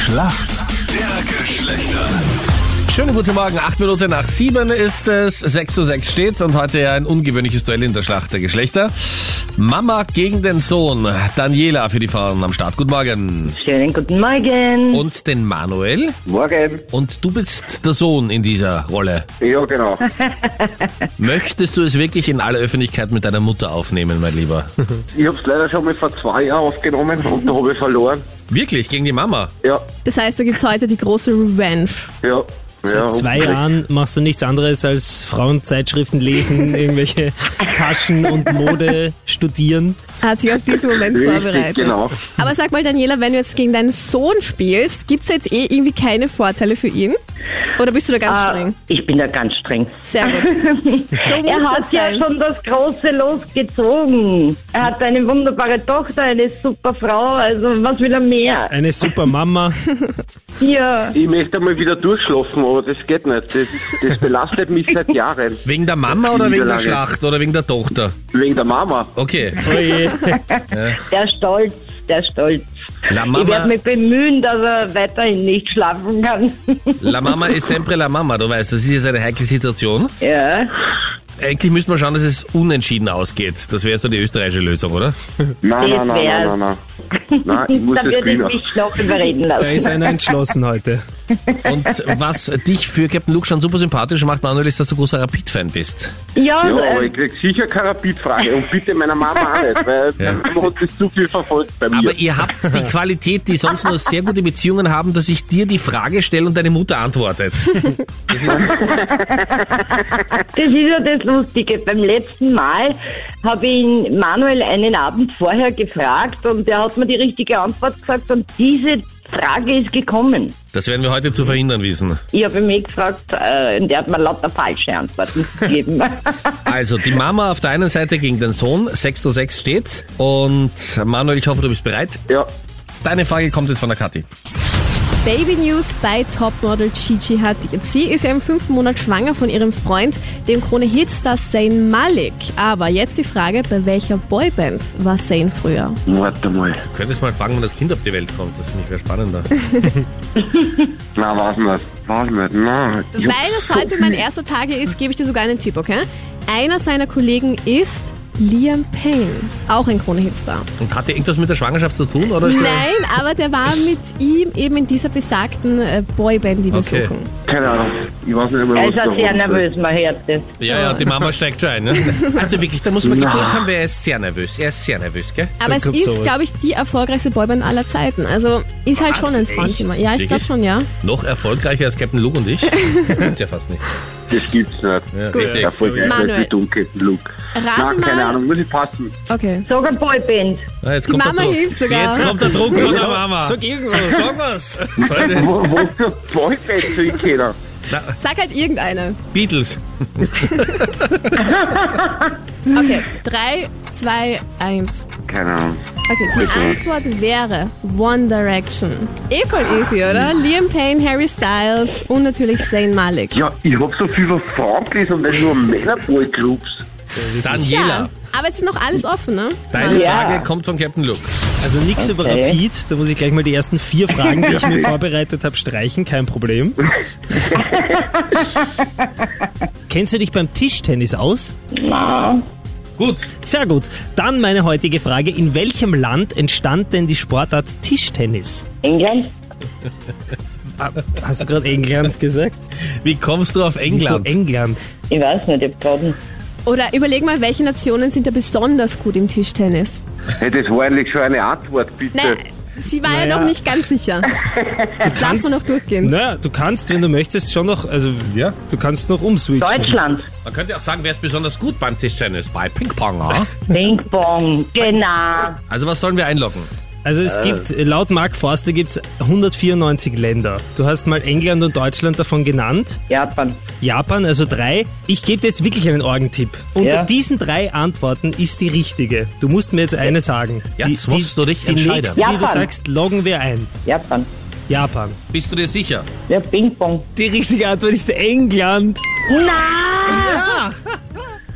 Schlacht der Geschlechter. Schönen guten Morgen, 8 Minuten nach 7 ist es, 6:06 steht's und heute ja ein ungewöhnliches Duell in der Schlacht der Geschlechter. Mama gegen den Sohn, Daniela für die Frauen am Start. Guten Morgen. Schönen guten Morgen. Und den Manuel. Morgen. Und du bist der Sohn in dieser Rolle. Ja, genau. Möchtest du es wirklich in aller Öffentlichkeit mit deiner Mutter aufnehmen, mein Lieber? Ich habe es leider schon mal vor 2 Jahren aufgenommen und da habe ich verloren. Wirklich? Gegen die Mama? Ja, Das heißt, da gibt's heute die große Revenge. ja. Seit 2 Jahren machst du nichts anderes als Frauenzeitschriften lesen, irgendwelche Taschen und Mode studieren. Hat sich auf diesen Moment Richtig, vorbereitet. genau. Aber sag mal, Daniela, wenn du jetzt gegen deinen Sohn spielst, gibt's jetzt irgendwie keine Vorteile für ihn? Oder bist du da ganz streng? Ich bin da ganz streng. Sehr gut. So muss Er hat das ja sein. schon das große losgezogen. Er hat eine wunderbare Tochter, eine super Frau, also was will er mehr? Eine super Mama. Hier. Ich möchte mal wieder durchschlafen, aber das geht nicht. Das belastet mich seit Jahren. Wegen der Mama oder wegen der Niederlage. Schlacht oder wegen der Tochter? Wegen der Mama. Okay. Oje. Der Stolz, der Stolz. La Ich werde Mama, mich bemühen, dass er weiterhin nicht schlafen kann. la Mama ist sempre la Mama, du weißt, das ist jetzt eine heikle Situation. Ja. Eigentlich müsste man schauen, dass es unentschieden ausgeht. Das wäre so die österreichische Lösung, oder? Nein, Das wär's. nein. Nein, ich muss Da das würde ich gewinnen. mich noch überreden Da ist lassen. einer entschlossen heute. Und was dich für Captain Luke schon super sympathisch macht, Manuel, ist, dass du großer Rapid-Fan bist. Ja, Ja, aber ich krieg sicher keine Rapid-Frage und bitte meiner Mama auch nicht, weil Ja. man hat das zu viel verfolgt bei mir. Aber ihr habt die Qualität, die sonst nur sehr gute Beziehungen haben, dass ich dir die Frage stelle und deine Mutter antwortet. Das ist, das ist ja das Lustige. Beim letzten Mal habe ich ihn Manuel einen Abend vorher gefragt und der hat mir die richtige Antwort gesagt und diese Frage ist gekommen. das werden wir heute zu verhindern wissen. Ich habe ihn gefragt und der hat mir lauter falsche Antworten gegeben. Also, die Mama auf der einen Seite gegen den Sohn, 6:06 steht's. Und Manuel, ich hoffe, du bist bereit. Ja, Deine Frage kommt jetzt von der Kathi. Baby News bei Topmodel Gigi Hadid. Sie ist ja im 5. Monat schwanger von ihrem Freund, dem Krone-Hitstar Zayn Malik. Aber jetzt die Frage, bei welcher Boyband war Zayn früher? warte mal. Du könntest mal fragen, wann das Kind auf die Welt kommt. Das finde ich viel spannender. Nein, weiß nicht. Nein. Weil es heute mein erster Tag ist, gebe ich dir sogar einen Tipp, okay? Einer seiner Kollegen ist Liam Payne, auch ein Krone-Hitstar. Und hat der irgendwas mit der Schwangerschaft zu tun? Oder ist der Nein, aber der war mit ihm eben in dieser besagten Boyband, die wir Okay. suchen. Keine Ahnung. Ich weiß nicht mehr, Er was ist da auch sehr war. nervös, man hört das. Ja, die Mama steigt schon ein. Ne? Also wirklich, da muss man Geduld haben, weil er ist sehr nervös. Er ist sehr nervös, gell? Aber es kommt ist, sowas. glaube ich, die erfolgreichste Boyband aller Zeiten. Also ist halt Was? schon ein Freund Echt? immer. Ja, ich glaube Wirklich? schon, ja. Noch erfolgreicher als Captain Luke und ich? Das gibt's ja fast nicht. Das gibt's nicht. Ja, Gut. richtig. Erfolgreich Manuel. wie dunkel, Luke. Rate Nein, keine mal. Ahnung, muss ich passen. Okay. Sag ein Boyband. Ah, jetzt Die kommt Mama der Druck. hilft sogar. Jetzt kommt der Druck von der Mama. Sag irgendwas. Sag was. Soll das? Was für Boyband soll ich kennen? Sag halt irgendeine. Beatles. Okay. 3, 2, 1. Keine Ahnung. Okay, die Antwort wäre One Direction. Voll easy, oder? Liam Payne, Harry Styles und natürlich Zayn Malik. Ja, ich hab so viel über Frauen gelesen und nicht nur Männerboy-Clubs. Daniela, Aber es ist noch alles offen, ne? deine Ja. Frage kommt von Captain Luke. Also nichts über Okay. Rapid. Da muss ich gleich mal die ersten 4 Fragen, die ich mir vorbereitet habe, streichen. Kein Problem. Kennst du dich beim Tischtennis aus? Na, Gut. Sehr gut. Dann meine heutige Frage. In welchem Land entstand denn die Sportart Tischtennis? England? Hast du gerade England gesagt? Wie kommst du auf Wieso England? England? Ich weiß nicht, ich hab gerade... Oder überleg mal, welche Nationen sind da besonders gut im Tischtennis? Hey, das war eigentlich schon eine Antwort, bitte. Naja, sie war ja Naja. noch nicht ganz sicher. Das lassen wir noch durchgehen. Naja, du kannst, wenn du möchtest, schon noch, also Ja. du kannst noch umswitchen. Deutschland. Man könnte auch sagen, wer ist besonders gut beim Tischtennis? Bei Ping-Pong, ah? Ping-Pong, genau. Also was sollen wir einloggen? Also es gibt, laut Mark Forster gibt es 194 Länder. Du hast mal England und Deutschland davon genannt. Japan. Japan, also 3. Ich gebe dir jetzt wirklich einen Orgentipp. Unter Ja. diesen 3 Antworten ist die richtige. Du musst mir jetzt eine sagen. Jetzt musst du dich die entscheiden. nächste, die du Japan. sagst, loggen wir ein. Japan. Japan. Bist du dir sicher? Ja, Ping-Pong. Die richtige Antwort ist England. Nein!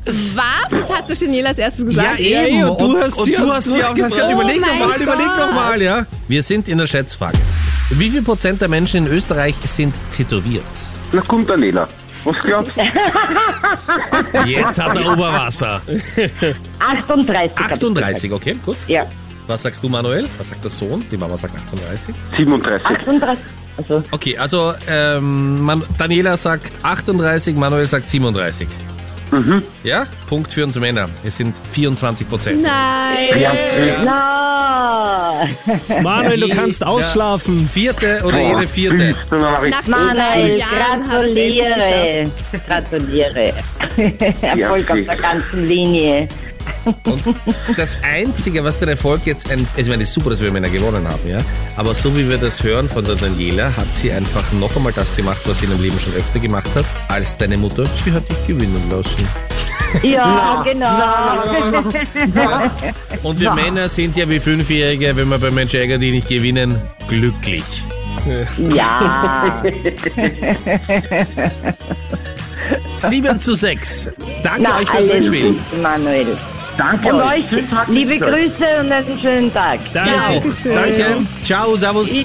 Was? Das hat doch Daniela als erstes gesagt. Ja, eben. und du hast sie du hast sie auch gesagt. Oh Überleg mein noch mal, ja. Wir sind in der Schätzfrage. Wie viel Prozent der Menschen in Österreich sind tätowiert? Na komm, Daniela. Was glaubst du? Jetzt hat er Oberwasser. 38. 38, okay, gut. Ja. Was sagst du, Manuel? Was sagt der Sohn? Die Mama sagt 38. 37. 38. Also, Okay, also Daniela sagt 38, Manuel sagt 37. Ja, Punkt für uns Männer. Es sind 24%. Nein. Ja, na. Manuel, du kannst ausschlafen. Vierte oder jede vierte. Nach Manuel, 2 Jahren hat er es endlich geschafft. gratuliere. Erfolg auf der ganzen Linie. Und das Einzige, was den Erfolg jetzt, ich meine, es ist super, dass wir Männer gewonnen haben, ja. Aber so wie wir das hören von der Daniela, hat sie einfach noch einmal das gemacht, was sie in ihrem Leben schon öfter gemacht hat, als deine Mutter. Sie hat dich gewinnen lassen. Ja, genau. Und wir Männer sind ja wie Fünfjährige, wenn wir beim Mensch ärgert, die nicht gewinnen, glücklich. Ja. 7:6. Danke Na, euch fürs alles Mitspielen. Gute, Manuel. Danke Und euch. euch liebe Grüße und einen schönen Tag. Danke. Dankeschön. Danke. Ciao, servus.